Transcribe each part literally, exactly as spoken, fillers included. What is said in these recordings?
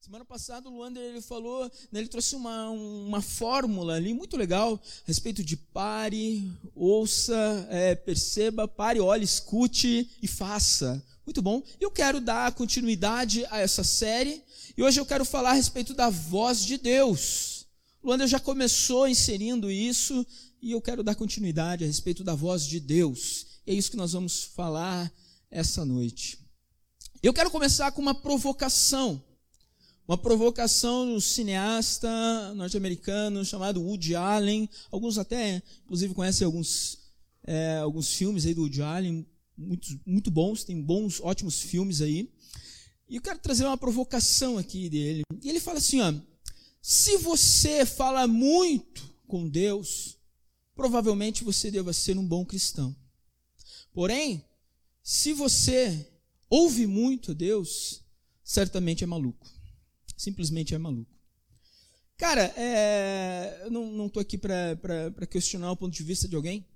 Semana passada o Luander ele falou, né, ele trouxe uma, uma fórmula ali muito legal a respeito de pare, ouça, é, perceba, pare, olhe, escute e faça. Muito bom. Eu quero dar continuidade a essa série e hoje eu quero falar a respeito da voz de Deus. O Luander já começou inserindo isso e eu quero dar continuidade a respeito da voz de Deus. É isso que nós vamos falar essa noite. Eu quero começar com uma provocação. Uma provocação no cineasta norte-americano chamado Woody Allen. Alguns até, inclusive, conhecem alguns, é, alguns filmes aí do Woody Allen, muito, muito bons, tem bons, ótimos filmes aí. E eu quero trazer uma provocação aqui dele. E ele fala assim, ó, se você fala muito com Deus, provavelmente você deva ser um bom cristão. Porém, se você ouve muito a Deus, certamente é maluco. Simplesmente é maluco. Cara, é, eu não estou aqui para questionar o ponto de vista de alguém.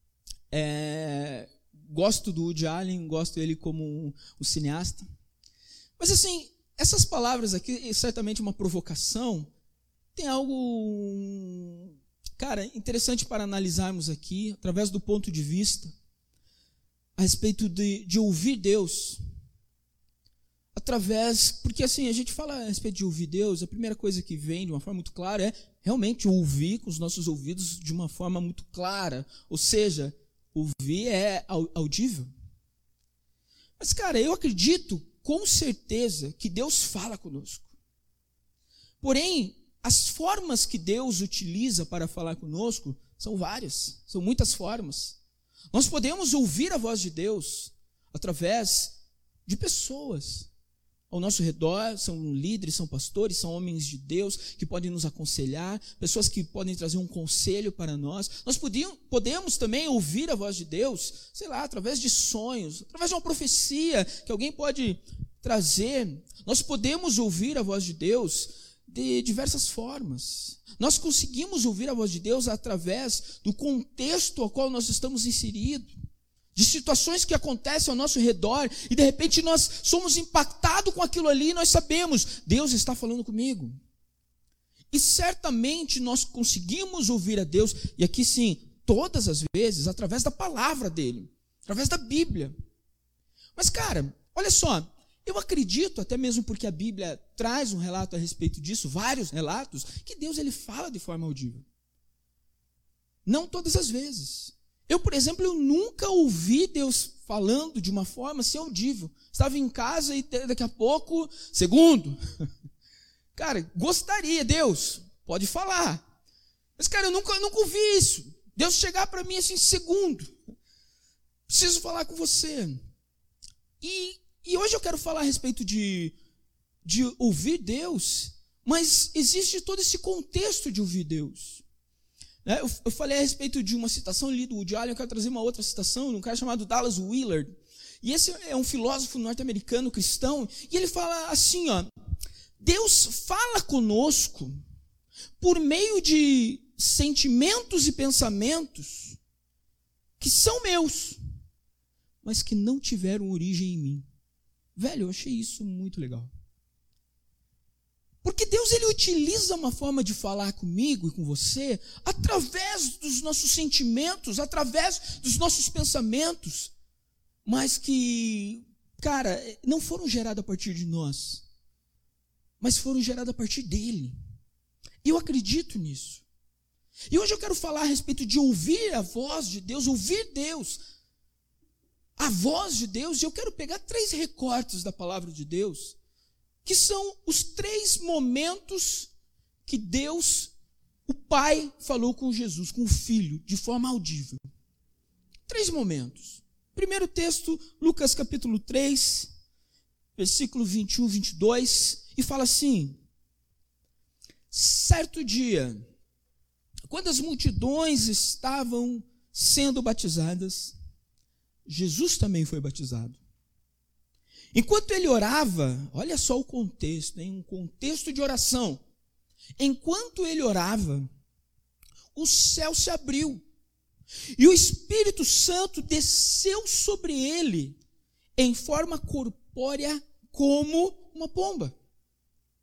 É, gosto do Woody Allen, gosto dele como um, um cineasta. Mas assim, essas palavras aqui, certamente uma provocação, tem algo, cara, interessante para analisarmos aqui, através do ponto de vista, a respeito de, de ouvir Deus. Através, porque assim, a gente fala a respeito de ouvir Deus, a primeira coisa que vem de uma forma muito clara é realmente ouvir com os nossos ouvidos de uma forma muito clara. Ou seja, ouvir é audível. Mas, cara, eu acredito com certeza que Deus fala conosco. Porém, as formas que Deus utiliza para falar conosco são várias, são muitas formas. Nós podemos ouvir a voz de Deus através de pessoas ao nosso redor, são líderes, são pastores, são homens de Deus que podem nos aconselhar, pessoas que podem trazer um conselho para nós. Nós podíamos, podemos também ouvir a voz de Deus, sei lá, através de sonhos, através de uma profecia que alguém pode trazer. Nós podemos ouvir a voz de Deus de diversas formas. Nós conseguimos ouvir a voz de Deus através do contexto ao qual nós estamos inseridos, de situações que acontecem ao nosso redor, e de repente nós somos impactados com aquilo ali, e nós sabemos, Deus está falando comigo. E certamente nós conseguimos ouvir a Deus, e aqui sim, todas as vezes, através da palavra dele, através da Bíblia. Mas cara, olha só, eu acredito, até mesmo porque a Bíblia traz um relato a respeito disso, vários relatos, que Deus ele fala de forma audível. Não todas as vezes. Eu, por exemplo, eu nunca ouvi Deus falando de uma forma assim audível. Estava em casa e daqui a pouco, segundo. Cara, gostaria, Deus, pode falar. Mas, cara, eu nunca, eu nunca ouvi isso. Deus chegar para mim assim, segundo. Preciso falar com você. E, e hoje eu quero falar a respeito de, de ouvir Deus, mas existe todo esse contexto de ouvir Deus. Eu falei a respeito de uma citação ali do Woody Allen, eu quero trazer uma outra citação de um cara chamado Dallas Willard. E esse é um filósofo norte-americano cristão, e ele fala assim, ó, Deus fala conosco por meio de sentimentos e pensamentos que são meus, mas que não tiveram origem em mim. Velho, eu achei isso muito legal. Porque Deus ele utiliza uma forma de falar comigo e com você através dos nossos sentimentos, através dos nossos pensamentos, mas que, cara, não foram gerados a partir de nós, mas foram gerados a partir dele. E eu acredito nisso. E hoje eu quero falar a respeito de ouvir a voz de Deus, ouvir Deus, a voz de Deus, e eu quero pegar três recortes da palavra de Deus, que são os três momentos que Deus, o Pai, falou com Jesus, com o Filho, de forma audível. Três momentos. Primeiro texto, Lucas capítulo três, versículo vinte e um, vinte e dois, e fala assim, certo dia, quando as multidões estavam sendo batizadas, Jesus também foi batizado. Enquanto ele orava, olha só o contexto, hein? Um contexto de oração. Enquanto ele orava, o céu se abriu e o Espírito Santo desceu sobre ele em forma corpórea como uma pomba.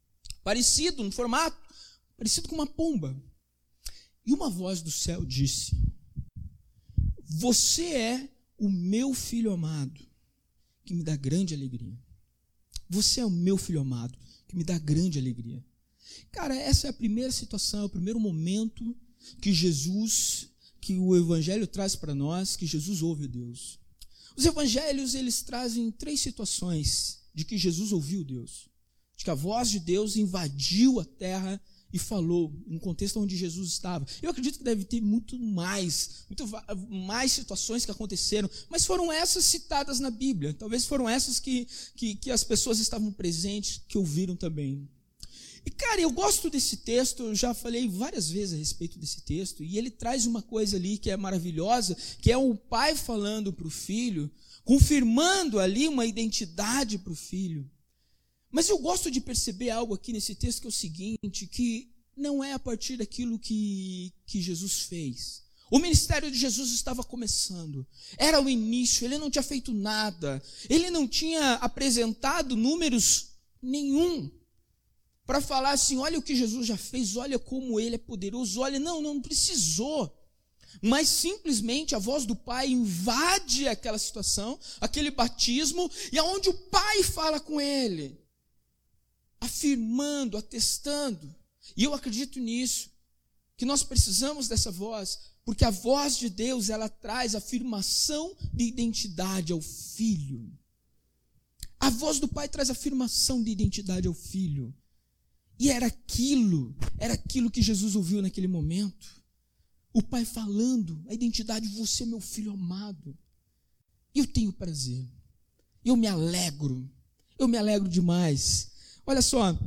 parecido no formato, parecido com uma pomba. E uma voz do céu disse: você é o meu filho amado, que me dá grande alegria. Você é o meu filho amado, que me dá grande alegria. Cara, essa é a primeira situação, é o primeiro momento que Jesus, que o Evangelho traz para nós, que Jesus ouve Deus. Os Evangelhos, eles trazem três situações de que Jesus ouviu Deus. De que a voz de Deus invadiu a terra e falou, no contexto onde Jesus estava. Eu acredito que deve ter muito mais, muito mais situações que aconteceram, mas foram essas citadas na Bíblia. Talvez foram essas que, que, que as pessoas estavam presentes, que ouviram também. E, cara, eu gosto desse texto, eu já falei várias vezes a respeito desse texto, e ele traz uma coisa ali que é maravilhosa, que é o pai falando para o filho, confirmando ali uma identidade para o filho. Mas eu gosto de perceber algo aqui nesse texto que é o seguinte, que não é a partir daquilo que, que Jesus fez. O ministério de Jesus estava começando, era o início, ele não tinha feito nada, ele não tinha apresentado números nenhum, para falar assim, olha o que Jesus já fez, olha como ele é poderoso, olha, não, não precisou. Mas simplesmente a voz do Pai invade aquela situação, aquele batismo, e aonde o Pai fala com ele, afirmando, atestando. E eu acredito nisso, que nós precisamos dessa voz, porque a voz de Deus, ela traz afirmação de identidade ao Filho. A voz do Pai traz afirmação de identidade ao Filho. E era aquilo, era aquilo que Jesus ouviu naquele momento. O Pai falando, a identidade, você é meu filho amado. Eu tenho prazer, eu me alegro, eu me alegro demais. Olha só,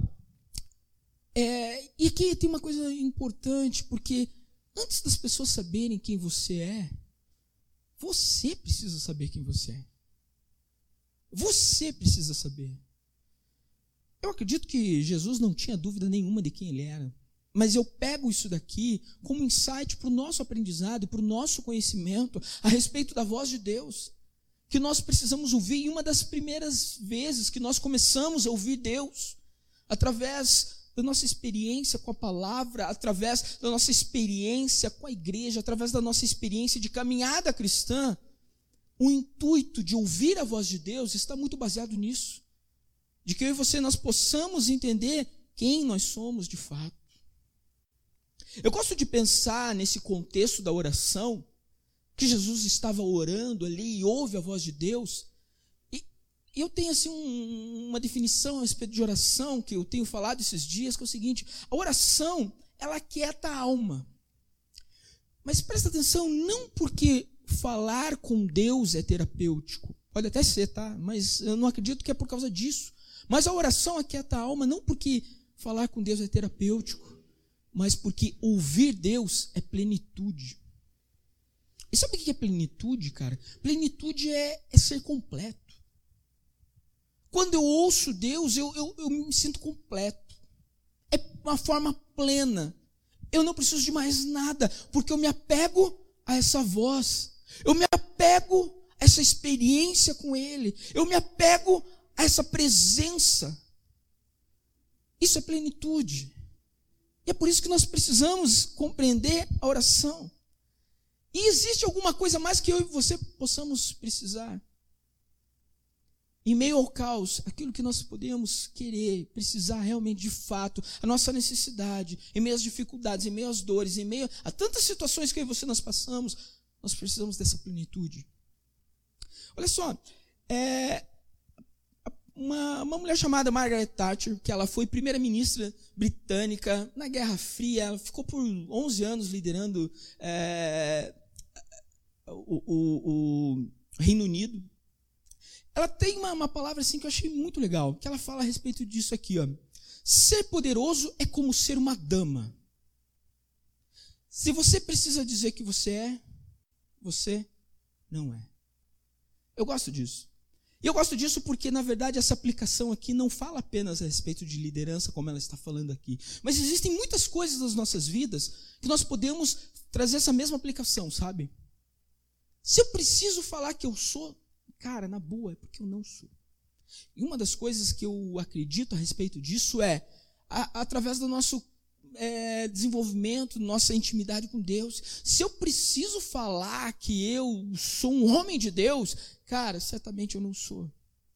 é, e aqui tem uma coisa importante, porque antes das pessoas saberem quem você é, você precisa saber quem você é. Você precisa saber. Eu acredito que Jesus não tinha dúvida nenhuma de quem ele era. Mas eu pego isso daqui como insight para o nosso aprendizado e para o nosso conhecimento a respeito da voz de Deus. Que nós precisamos ouvir, e uma das primeiras vezes que nós começamos a ouvir Deus, através da nossa experiência com a palavra, através da nossa experiência com a igreja, através da nossa experiência de caminhada cristã, o intuito de ouvir a voz de Deus está muito baseado nisso. De que eu e você nós possamos entender quem nós somos de fato. Eu gosto de pensar nesse contexto da oração, que Jesus estava orando ali e ouve a voz de Deus. E eu tenho assim um, uma definição a respeito de oração, que eu tenho falado esses dias, que é o seguinte: a oração, ela aquieta a alma. Mas presta atenção, não porque falar com Deus é terapêutico. Pode até ser, tá? Mas eu não acredito que é por causa disso. Mas a oração aquieta a alma não porque falar com Deus é terapêutico, mas porque ouvir Deus é plenitude. E sabe o que é plenitude, cara? Plenitude é, é ser completo. Quando eu ouço Deus, eu, eu, eu me sinto completo. É uma forma plena. Eu não preciso de mais nada, porque eu me apego a essa voz. Eu me apego a essa experiência com Ele. Eu me apego a essa presença. Isso é plenitude. E é por isso que nós precisamos compreender a oração. E existe alguma coisa mais que eu e você possamos precisar? Em meio ao caos, aquilo que nós podemos querer, precisar realmente de fato, a nossa necessidade, em meio às dificuldades, em meio às dores, em meio a tantas situações que eu e você nós passamos, nós precisamos dessa plenitude. Olha só, é... Uma, uma mulher chamada Margaret Thatcher, que ela foi primeira-ministra britânica na Guerra Fria, ela ficou por onze anos liderando é, o, o, o Reino Unido. Ela tem uma, uma palavra assim que eu achei muito legal, que ela fala a respeito disso aqui, ó. Ser poderoso é como ser uma dama. Se você precisa dizer que você é, você não é. Eu gosto disso. E eu gosto disso porque, na verdade, essa aplicação aqui não fala apenas a respeito de liderança, como ela está falando aqui. Mas existem muitas coisas nas nossas vidas que nós podemos trazer essa mesma aplicação, sabe? Se eu preciso falar que eu sou, cara, na boa, é porque eu não sou. E uma das coisas que eu acredito a respeito disso é a, através do nosso é, desenvolvimento, nossa intimidade com Deus. Se eu preciso falar que eu sou um homem de Deus, cara, certamente eu não sou.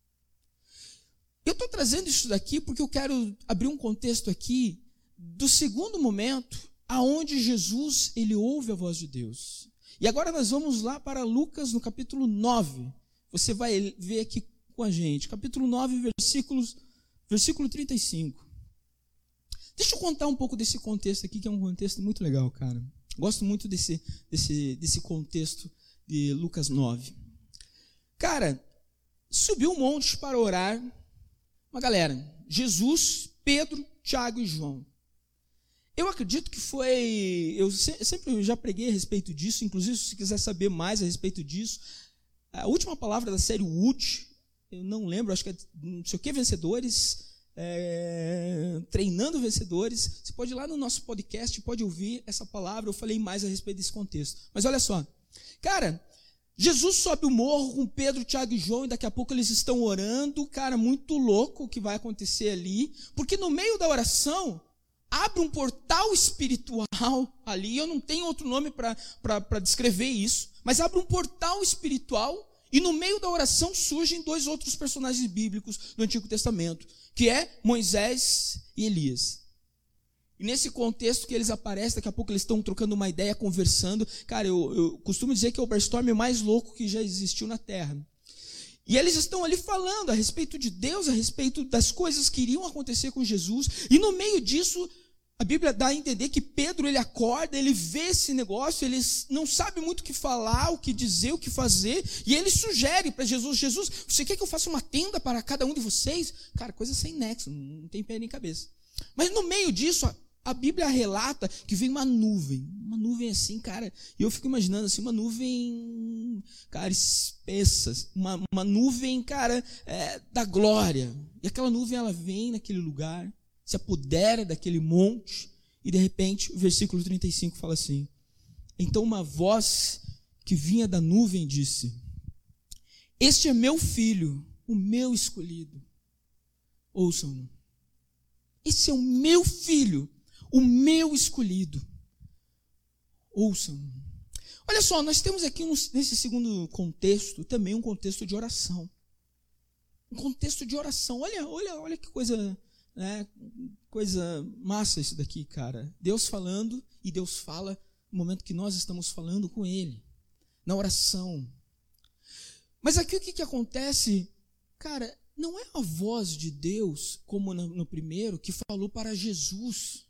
Eu estou trazendo isso daqui porque eu quero abrir um contexto aqui do segundo momento aonde Jesus ele ouve a voz de Deus. E agora nós vamos lá para Lucas no capítulo nove. Você vai ver aqui com a gente. Capítulo nove, versículos, versículo trinta e cinco. Deixa eu contar um pouco desse contexto aqui, que é um contexto muito legal, cara. Gosto muito desse, desse, desse contexto de Lucas nove. Cara, subiu um monte para orar uma galera, Jesus, Pedro, Tiago e João. Eu acredito que foi, eu sempre já preguei a respeito disso, inclusive se você quiser saber mais a respeito disso, a última palavra da série Wood, eu não lembro, acho que é não sei o que, Vencedores, é, Treinando Vencedores, você pode ir lá no nosso podcast, pode ouvir essa palavra, eu falei mais a respeito desse contexto. Mas olha só, cara, Jesus sobe o morro com Pedro, Tiago e João, e daqui a pouco eles estão orando, cara, muito louco o que vai acontecer ali, porque no meio da oração, abre um portal espiritual ali, eu não tenho outro nome para descrever isso, mas abre um portal espiritual, e no meio da oração surgem dois outros personagens bíblicos do Antigo Testamento, que é Moisés e Elias. E nesse contexto que eles aparecem, daqui a pouco eles estão trocando uma ideia, conversando. Cara, eu, eu costumo dizer que é o brainstorm mais louco que já existiu na Terra. E eles estão ali falando a respeito de Deus, a respeito das coisas que iriam acontecer com Jesus. E no meio disso, a Bíblia dá a entender que Pedro, ele acorda, ele vê esse negócio, ele não sabe muito o que falar, o que dizer, o que fazer. E ele sugere para Jesus, Jesus, você quer que eu faça uma tenda para cada um de vocês? Cara, coisa sem nexo, não tem pé nem cabeça. Mas no meio disso, a Bíblia relata que vem uma nuvem, uma nuvem assim, cara, e eu fico imaginando assim, uma nuvem, cara, espessa, uma, uma nuvem, cara, é, da glória, e aquela nuvem, ela vem naquele lugar, se apodera daquele monte, e de repente, o versículo trinta e cinco fala assim, então uma voz que vinha da nuvem disse, este é meu filho, o meu escolhido, ouçam-no, esse é o meu filho, o meu escolhido. Ouçam. Olha só, nós temos aqui nesse segundo contexto também um contexto de oração. Um contexto de oração. Olha, olha, olha que coisa, né, coisa massa isso daqui, cara. Deus falando, e Deus fala no momento que nós estamos falando com Ele. Na oração. Mas aqui o que, que acontece? Cara, não é a voz de Deus, como no, no primeiro, que falou para Jesus.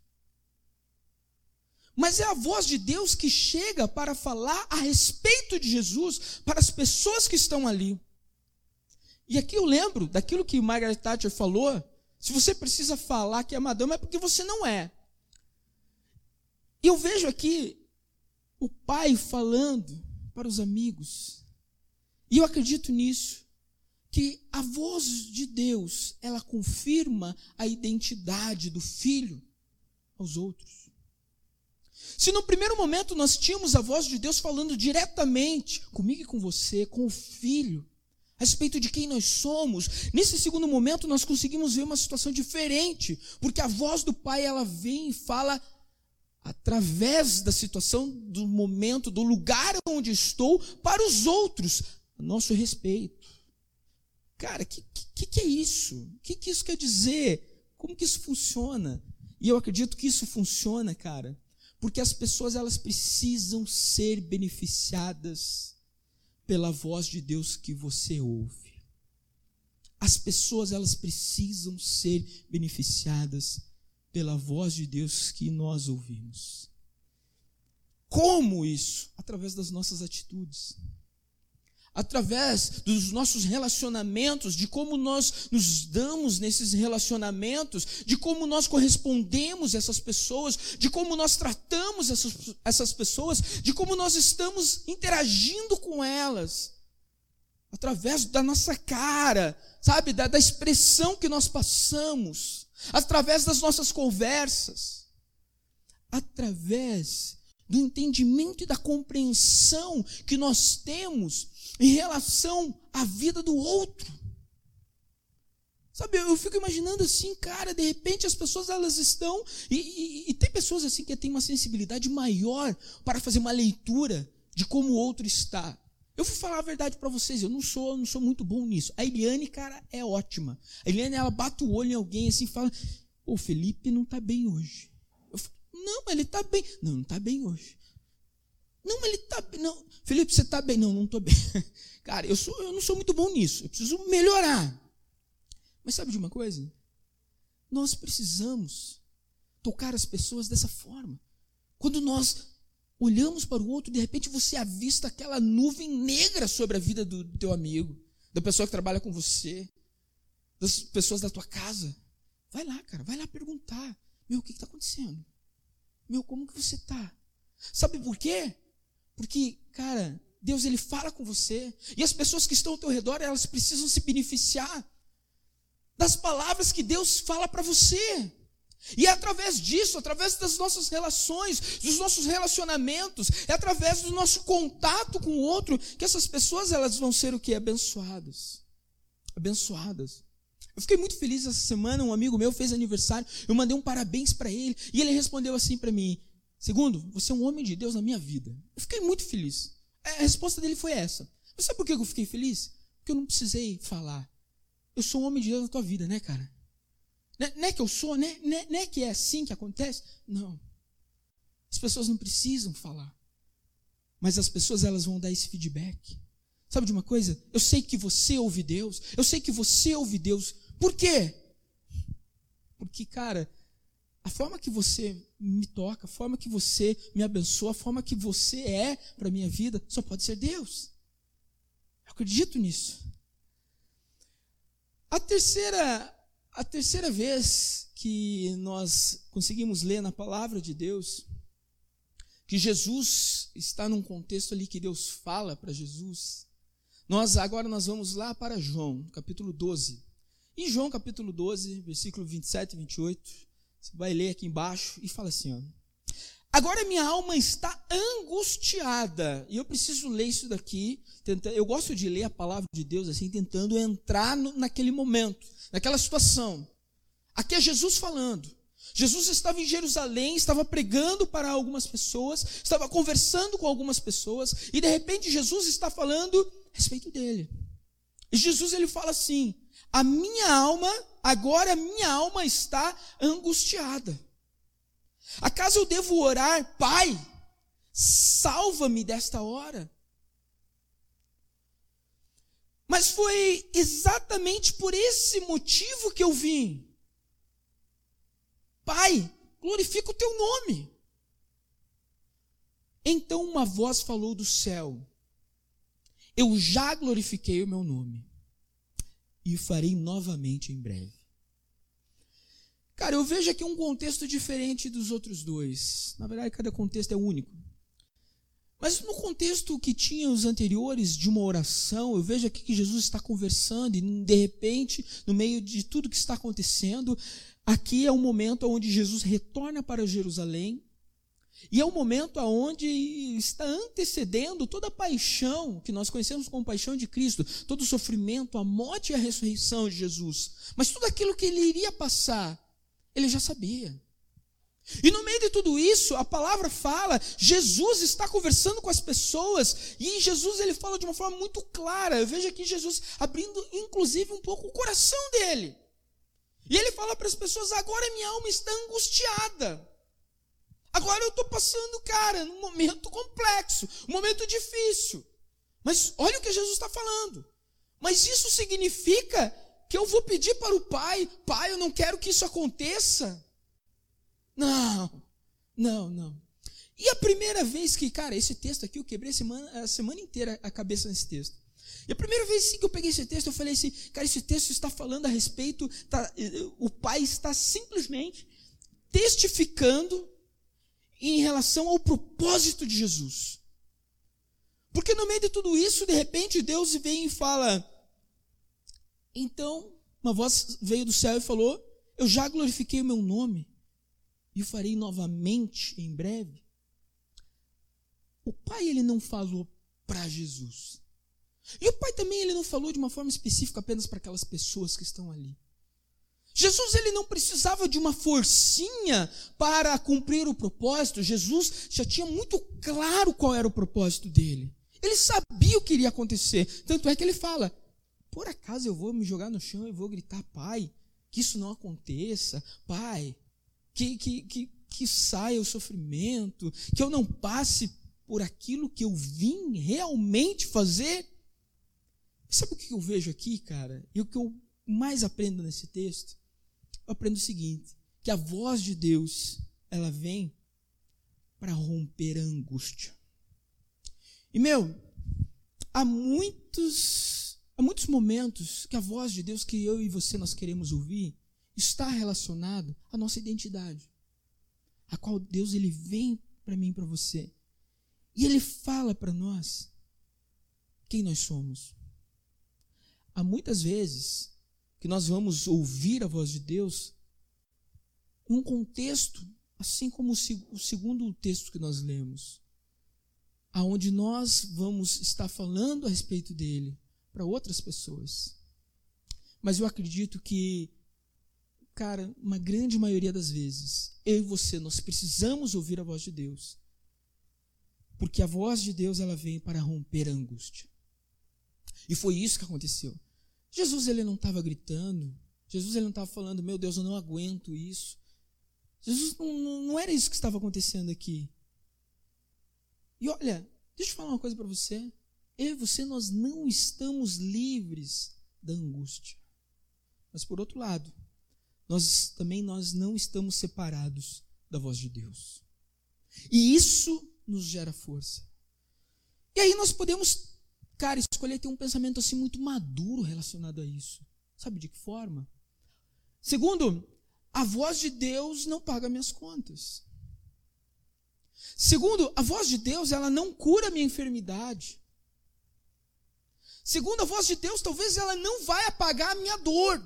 Mas é a voz de Deus que chega para falar a respeito de Jesus para as pessoas que estão ali. E aqui eu lembro daquilo que Margaret Thatcher falou, se você precisa falar que é madama é porque você não é. E eu vejo aqui o pai falando para os amigos, e eu acredito nisso, que a voz de Deus, ela confirma a identidade do filho aos outros. Se no primeiro momento nós tínhamos a voz de Deus falando diretamente comigo e com você, com o Filho, a respeito de quem nós somos, nesse segundo momento nós conseguimos ver uma situação diferente, porque a voz do Pai, ela vem e fala através da situação, do momento, do lugar onde estou, para os outros, a nosso respeito. Cara, o que, que, que é isso? O que, que isso quer dizer? Como que isso funciona? E eu acredito que isso funciona, cara, porque as pessoas, elas precisam ser beneficiadas pela voz de Deus que você ouve. As pessoas, elas precisam ser beneficiadas pela voz de Deus que nós ouvimos. Como isso? Através das nossas atitudes. Através dos nossos relacionamentos, de como nós nos damos nesses relacionamentos, de como nós correspondemos a essas pessoas, de como nós tratamos essas, essas pessoas, de como nós estamos interagindo com elas. Através da nossa cara, sabe, da, da expressão que nós passamos, através das nossas conversas, através do entendimento e da compreensão que nós temos em relação à vida do outro. Sabe, eu fico imaginando assim, cara, de repente as pessoas elas estão, e, e, e tem pessoas assim que têm uma sensibilidade maior para fazer uma leitura de como o outro está. Eu vou falar a verdade para vocês, eu não sou, eu não sou muito bom nisso. A Eliane, cara, é ótima. A Eliane, ela bate o olho em alguém assim e fala, o Felipe não está bem hoje. Eu falo, não, ele está bem. Não, não está bem hoje. Não, ele está bem. Não, Felipe, você está bem? Não, não estou bem. Cara, eu, sou, eu não sou muito bom nisso, eu preciso melhorar. Mas sabe de uma coisa? Nós precisamos tocar as pessoas dessa forma. Quando nós olhamos para o outro, de repente você avista aquela nuvem negra sobre a vida do, do teu amigo, da pessoa que trabalha com você, das pessoas da tua casa. Vai lá, cara, vai lá perguntar. Meu, o que está acontecendo? Meu, como que você está? Sabe por quê? Porque, cara, Deus ele fala com você, e as pessoas que estão ao teu redor, elas precisam se beneficiar das palavras que Deus fala para você. E é através disso, através das nossas relações, dos nossos relacionamentos, é através do nosso contato com o outro, que essas pessoas elas vão ser o quê? Abençoadas. Abençoadas. Eu fiquei muito feliz essa semana, um amigo meu fez aniversário, eu mandei um parabéns para ele, e ele respondeu assim para mim, segundo, você é um homem de Deus na minha vida. Eu fiquei muito feliz. A resposta dele foi essa. Mas sabe por que eu fiquei feliz? Porque eu não precisei falar. Eu sou um homem de Deus na tua vida, né, cara? Não é que eu sou, né? Não é que é assim que acontece? Não. As pessoas não precisam falar. Mas as pessoas elas vão dar esse feedback. Sabe de uma coisa? Eu sei que você ouve Deus. Eu sei que você ouve Deus. Por quê? Porque, cara, a forma que você me toca, a forma que você me abençoa, a forma que você é para a minha vida, só pode ser Deus. Eu acredito nisso. A terceira... A terceira vez que nós conseguimos ler na palavra de Deus, que Jesus está num contexto ali que Deus fala para Jesus, nós agora nós vamos lá para João, capítulo doze. Em João, capítulo doze, versículo vinte e sete e vinte e oito, você vai ler aqui embaixo e fala assim, ó. Agora minha alma está angustiada, e eu preciso ler isso daqui, tentando, eu gosto de ler a palavra de Deus assim, tentando entrar no, naquele momento, naquela situação. Aqui é Jesus falando. Jesus estava em Jerusalém, estava pregando para algumas pessoas, estava conversando com algumas pessoas, e de repente Jesus está falando a respeito dele. E Jesus ele fala assim, a minha alma, agora a minha alma está angustiada. Acaso eu devo orar, Pai, salva-me desta hora? Mas foi exatamente por esse motivo que eu vim. Pai, glorifica o teu nome. Então uma voz falou do céu, eu já glorifiquei o meu nome, e o farei novamente em breve. Cara, eu vejo aqui um contexto diferente dos outros dois. Na verdade, cada contexto é único. Mas no contexto que tinha os anteriores de uma oração, eu vejo aqui que Jesus está conversando e de repente, no meio de tudo que está acontecendo, aqui é um momento onde Jesus retorna para Jerusalém e é um momento onde está antecedendo toda a paixão que nós conhecemos como paixão de Cristo, todo o sofrimento, a morte e a ressurreição de Jesus. Mas tudo aquilo que ele iria passar, ele já sabia. E no meio de tudo isso, a palavra fala, Jesus está conversando com as pessoas, e Jesus ele fala de uma forma muito clara. Eu vejo aqui Jesus abrindo inclusive um pouco o coração dele. E ele fala para as pessoas, agora minha alma está angustiada. Agora eu estou passando, cara, num momento complexo, um momento difícil. Mas olha o que Jesus está falando. Mas isso significa que eu vou pedir para o Pai, Pai, eu não quero que isso aconteça. Não, não, não. E a primeira vez que, cara, esse texto aqui, eu quebrei a semana, a semana inteira a cabeça nesse texto. E a primeira vez assim, que eu peguei esse texto, eu falei assim, cara, esse texto está falando a respeito, tá, o Pai está simplesmente testificando em relação ao propósito de Jesus. Porque no meio de tudo isso, de repente, Deus vem e fala... Então, uma voz veio do céu e falou, eu já glorifiquei o meu nome e o farei novamente em breve. O Pai, ele não falou para Jesus. E o Pai também, ele não falou de uma forma específica apenas para aquelas pessoas que estão ali. Jesus ele não precisava de uma forcinha para cumprir o propósito. Jesus já tinha muito claro qual era o propósito dele. Ele sabia o que iria acontecer. Tanto é que ele fala, por acaso eu vou me jogar no chão e vou gritar, Pai, que isso não aconteça, Pai, que, que, que, que saia o sofrimento, que eu não passe por aquilo que eu vim realmente fazer. Sabe o que eu vejo aqui, cara? E o que eu mais aprendo nesse texto? Eu aprendo o seguinte, que a voz de Deus, ela vem para romper a angústia. E, meu, há muitos, há muitos momentos que a voz de Deus que eu e você nós queremos ouvir está relacionado à nossa identidade, a qual Deus ele vem para mim e para você. E ele fala para nós quem nós somos. Há muitas vezes que nós vamos ouvir a voz de Deus em um contexto, assim como o segundo texto que nós lemos, aonde nós vamos estar falando a respeito dele para outras pessoas. Mas eu acredito que, cara, uma grande maioria das vezes, eu e você, nós precisamos ouvir a voz de Deus, porque a voz de Deus, ela vem para romper a angústia. E foi isso que aconteceu. Jesus, ele não estava gritando. Jesus, ele não estava falando, meu Deus, eu não aguento isso. Jesus, não, não, não era isso que estava acontecendo aqui. E olha, deixa eu falar uma coisa para você. Eu e você, nós não estamos livres da angústia. Mas por outro lado, nós também nós não estamos separados da voz de Deus. E isso nos gera força. E aí nós podemos, cara, escolher ter um pensamento assim muito maduro relacionado a isso. Sabe de que forma? Segundo, a voz de Deus não paga minhas contas. Segundo, a voz de Deus, ela não cura a minha enfermidade. Segundo, a voz de Deus, talvez ela não vai apagar a minha dor.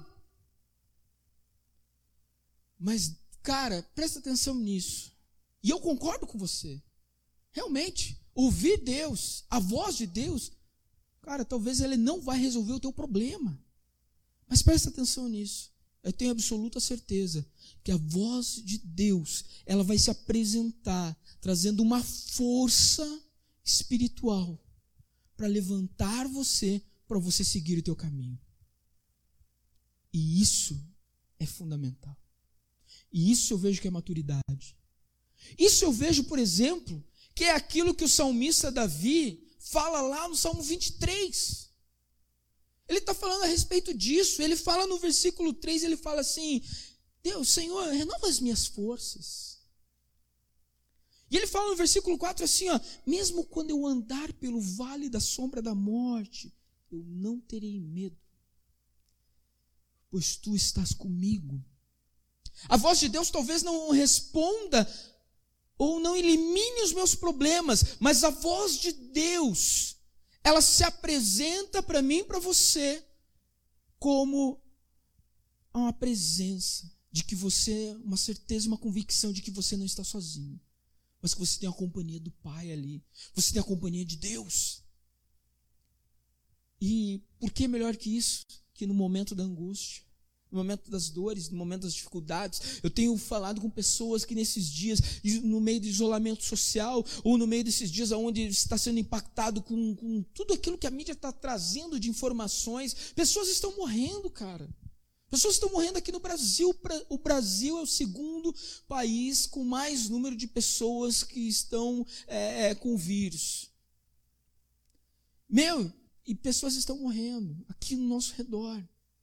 Mas, cara, presta atenção nisso. E eu concordo com você. Realmente, ouvir Deus, a voz de Deus, cara, talvez ele não vai resolver o teu problema. Mas presta atenção nisso. Eu tenho absoluta certeza que a voz de Deus, ela vai se apresentar, trazendo uma força espiritual para levantar você, para você seguir o teu caminho. E isso é fundamental. E isso eu vejo que é maturidade. Isso eu vejo, por exemplo, que é aquilo que o salmista Davi fala lá no Salmo vinte e três. Ele está falando a respeito disso. Ele fala no versículo três, ele fala assim, Deus, Senhor, renova as minhas forças. E ele fala no versículo quatro assim, ó, mesmo quando eu andar pelo vale da sombra da morte, eu não terei medo, pois tu estás comigo. A voz de Deus talvez não responda ou não elimine os meus problemas, mas a voz de Deus, ela se apresenta para mim e para você como uma presença de que você, uma certeza, uma convicção de que você não está sozinho, mas que você tem a companhia do Pai ali, você tem a companhia de Deus. E por que melhor que isso? Que no momento da angústia, no momento das dores, no momento das dificuldades, eu tenho falado com pessoas que nesses dias, no meio do isolamento social, ou no meio desses dias onde está sendo impactado com, com tudo aquilo que a mídia está trazendo de informações, pessoas estão morrendo, cara. Pessoas estão morrendo aqui no Brasil. O Brasil é o segundo país com mais número de pessoas que estão é, com o vírus. Meu, e pessoas estão morrendo aqui no nosso redor.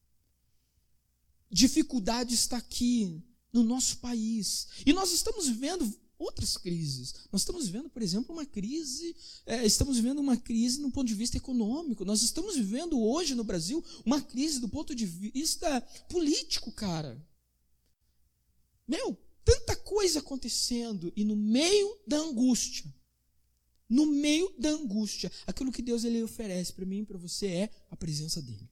Dificuldade está aqui no nosso país. E nós estamos vivendo outras crises. Nós estamos vivendo, por exemplo, uma crise, é, estamos vivendo uma crise no ponto de vista econômico. Nós estamos vivendo hoje no Brasil uma crise do ponto de vista político, cara. Meu, tanta coisa acontecendo e no meio da angústia, no meio da angústia, aquilo que Deus ele oferece para mim e para você é a presença dele.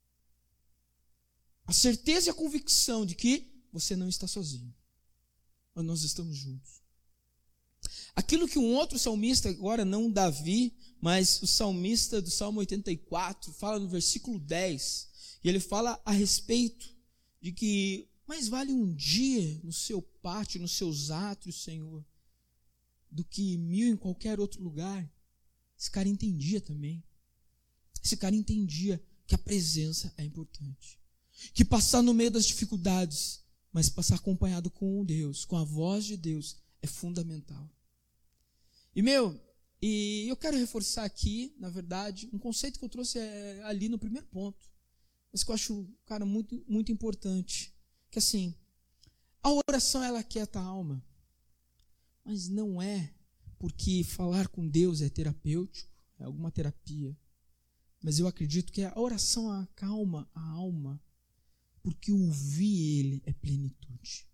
A certeza e a convicção de que você não está sozinho, mas nós estamos juntos. Aquilo que um outro salmista, agora não Davi, mas o salmista do Salmo oitenta e quatro, fala no versículo dez, e ele fala a respeito de que mais vale um dia no seu pátio, nos seus átrios, Senhor, do que mil em qualquer outro lugar. Esse cara entendia também. Esse cara entendia que a presença é importante. Que passar no meio das dificuldades, mas passar acompanhado com Deus, com a voz de Deus, é fundamental. E meu, e eu quero reforçar aqui, na verdade, um conceito que eu trouxe é, ali no primeiro ponto, mas que eu acho, cara, muito, muito importante. Que assim, a oração ela aquieta a alma, mas não é porque falar com Deus é terapêutico, é alguma terapia. Mas eu acredito que a oração acalma a alma, porque ouvir Ele é plenitude.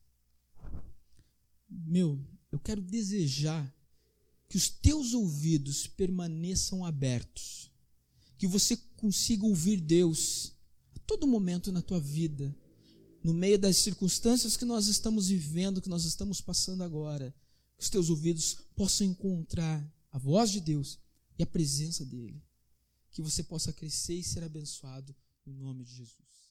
Meu, eu quero desejar que os teus ouvidos permaneçam abertos, que você consiga ouvir Deus a todo momento na tua vida, no meio das circunstâncias que nós estamos vivendo, que nós estamos passando agora, que os teus ouvidos possam encontrar a voz de Deus e a presença dEle, que você possa crescer e ser abençoado no nome de Jesus.